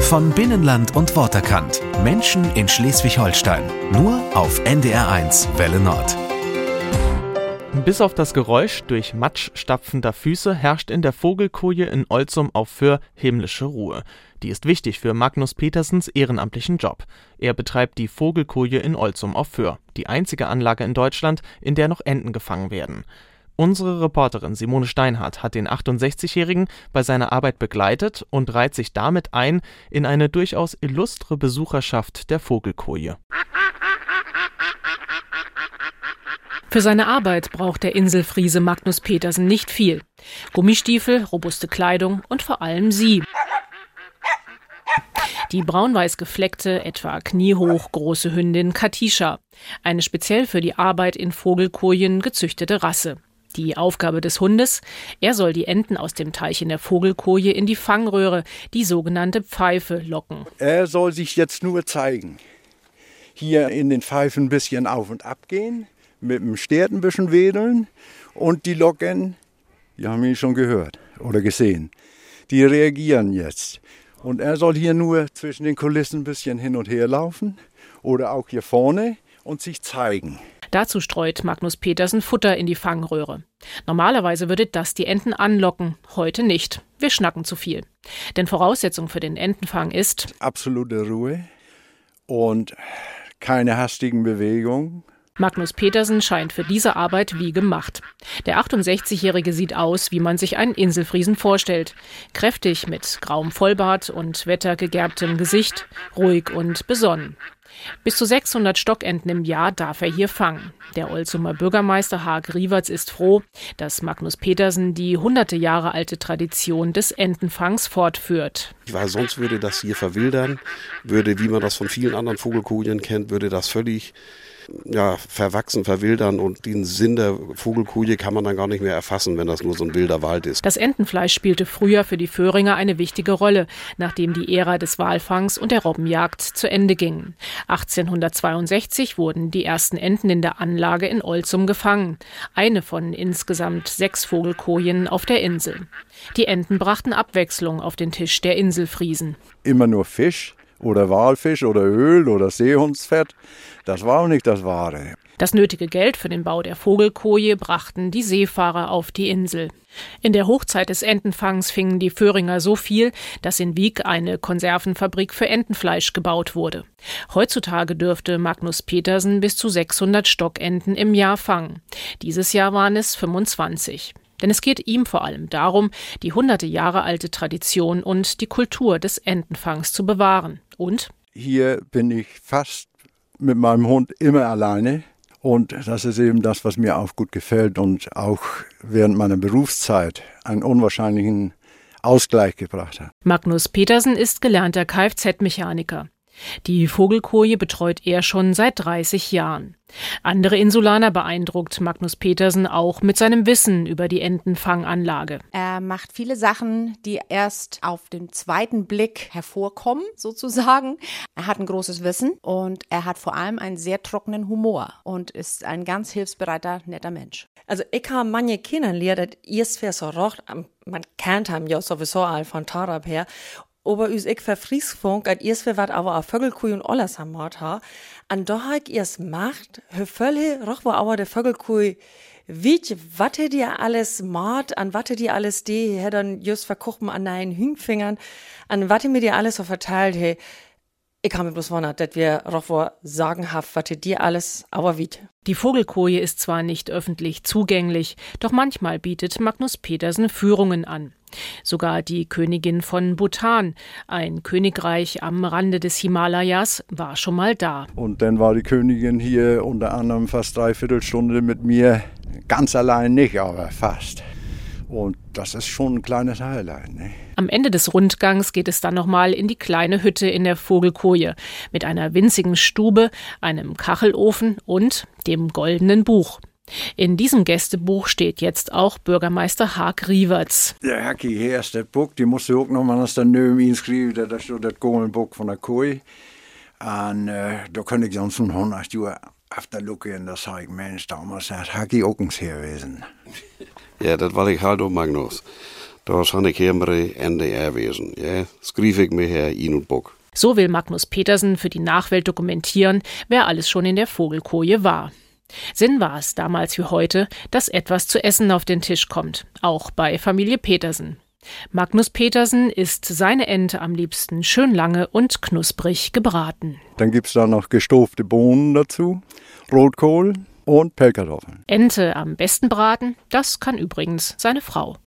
Von Binnenland und Worterkant. Menschen in Schleswig-Holstein. Nur auf NDR1 Welle Nord. Bis auf das Geräusch durch Matsch stapfender Füße herrscht in der Vogelkoje in Olzum auf Föhr himmlische Ruhe. Die ist wichtig für Magnus Petersens ehrenamtlichen Job. Er betreibt die Vogelkoje in Olzum auf Föhr, die einzige Anlage in Deutschland, in der noch Enten gefangen werden. Unsere Reporterin Simone Steinhardt hat den 68-Jährigen bei seiner Arbeit begleitet und reiht sich damit ein in eine durchaus illustre Besucherschaft der Vogelkoje. Für seine Arbeit braucht der Inselfriese Magnus Petersen nicht viel. Gummistiefel, robuste Kleidung und vor allem sie. Die braun-weiß gefleckte, etwa kniehoch große Hündin Katisha. Eine speziell für die Arbeit in Vogelkojen gezüchtete Rasse. Die Aufgabe des Hundes: Er soll die Enten aus dem Teich in der Vogelkoje in die Fangröhre, die sogenannte Pfeife, locken. Er soll sich jetzt nur zeigen. Hier in den Pfeifen ein bisschen auf und ab gehen, mit dem Stert ein bisschen wedeln und die Locken, die haben ihn schon gehört oder gesehen, die reagieren jetzt. Und er soll hier nur zwischen den Kulissen ein bisschen hin und her laufen oder auch hier vorne und sich zeigen. Dazu streut Magnus Petersen Futter in die Fangröhre. Normalerweise würde das die Enten anlocken, heute nicht. Wir schnacken zu viel. Denn Voraussetzung für den Entenfang ist absolute Ruhe und keine hastigen Bewegungen. Magnus Petersen scheint für diese Arbeit wie gemacht. Der 68-Jährige sieht aus, wie man sich einen Inselfriesen vorstellt. Kräftig mit grauem Vollbart und wettergegerbtem Gesicht, ruhig und besonnen. Bis zu 600 Stockenten im Jahr darf er hier fangen. Der Olzumer Bürgermeister Haag Rieverts ist froh, dass Magnus Petersen die hunderte Jahre alte Tradition des Entenfangs fortführt. Weil sonst würde das hier verwildern, würde, wie man das von vielen anderen Vogelkojen kennt, würde das völlig verwachsen, verwildern und den Sinn der Vogelkoje kann man dann gar nicht mehr erfassen, wenn das nur so ein wilder Wald ist. Das Entenfleisch spielte früher für die Föhringer eine wichtige Rolle, nachdem die Ära des Walfangs und der Robbenjagd zu Ende gingen. 1862 wurden die ersten Enten in der Anlage in Olzum gefangen, eine von insgesamt 6 Vogelkojen auf der Insel. Die Enten brachten Abwechslung auf den Tisch der Inselfriesen. Immer nur Fisch oder Walfisch oder Öl oder Seehundsfett, das war auch nicht das Wahre. Das nötige Geld für den Bau der Vogelkoje brachten die Seefahrer auf die Insel. In der Hochzeit des Entenfangs fingen die Föhringer so viel, dass in Wiek eine Konservenfabrik für Entenfleisch gebaut wurde. Heutzutage dürfte Magnus Petersen bis zu 600 Stockenten im Jahr fangen. Dieses Jahr waren es 25. Denn es geht ihm vor allem darum, die hunderte Jahre alte Tradition und die Kultur des Entenfangs zu bewahren. Und hier bin ich fast mit meinem Hund immer alleine. Und das ist eben das, was mir auch gut gefällt und auch während meiner Berufszeit einen unwahrscheinlichen Ausgleich gebracht hat. Magnus Petersen ist gelernter Kfz-Mechaniker. Die Vogelkoje betreut er schon seit 30 Jahren. Andere Insulaner beeindruckt Magnus Petersen auch mit seinem Wissen über die Entenfanganlage. Er macht viele Sachen, die erst auf den zweiten Blick hervorkommen, sozusagen. Er hat ein großes Wissen und er hat vor allem einen sehr trockenen Humor und ist ein ganz hilfsbereiter, netter Mensch. Also ich habe manche kennengelernt, das erst wäre so roch, man kennt ihn ja sowieso all von Tarab her. Aber us ik verfriesfunk, at erst wat aber a Vögelkuh und alles am Mord ha. An da ha ich erst macht, hö völle, roch war aber der Vögelkuh, wie, watte dir alles Mord, an watte dir alles die, he dann just verkochen an deinen Hüngfingern, an watte mir dir alles so verteilt, he. Ich habe mir bloß wundert, dass wir roch war sagenhaft, watte dir alles, aber wie. Die Vogelkoje ist zwar nicht öffentlich zugänglich, doch manchmal bietet Magnus Petersen Führungen an. Sogar die Königin von Bhutan, ein Königreich am Rande des Himalayas, war schon mal da. Und dann war die Königin hier unter anderem fast 3/4 Stunde mit mir, ganz allein nicht, aber fast. Und das ist schon ein kleines Highlight, ne? Am Ende des Rundgangs geht es dann nochmal in die kleine Hütte in der Vogelkoje mit einer winzigen Stube, einem Kachelofen und dem Goldenen Buch. In diesem Gästebuch steht jetzt auch Bürgermeister Haag Rieverts. Der Hacki, hier ist das Buch, die musste auch noch mal das daneben inschreiben, das ist das Goldene Buch von der Koei. Und da könnte ich sonst schon 100 Jahre afterlooken und da sage ich, Mensch, damals hat Hacki auch ein Herr gewesen. Ja, das war ich halt auch, Magnus. Das habe ich hier bei NDR wesen. Ja, schrieb ich mir her in und Buch. So will Magnus Petersen für die Nachwelt dokumentieren, wer alles schon in der Vogelkoje war. Sinn war es damals wie heute, dass etwas zu essen auf den Tisch kommt, auch bei Familie Petersen. Magnus Petersen isst seine Ente am liebsten schön lange und knusprig gebraten. Dann gibt es da noch gestofte Bohnen dazu, Rotkohl und Pellkartoffeln. Ente am besten braten, das kann übrigens seine Frau.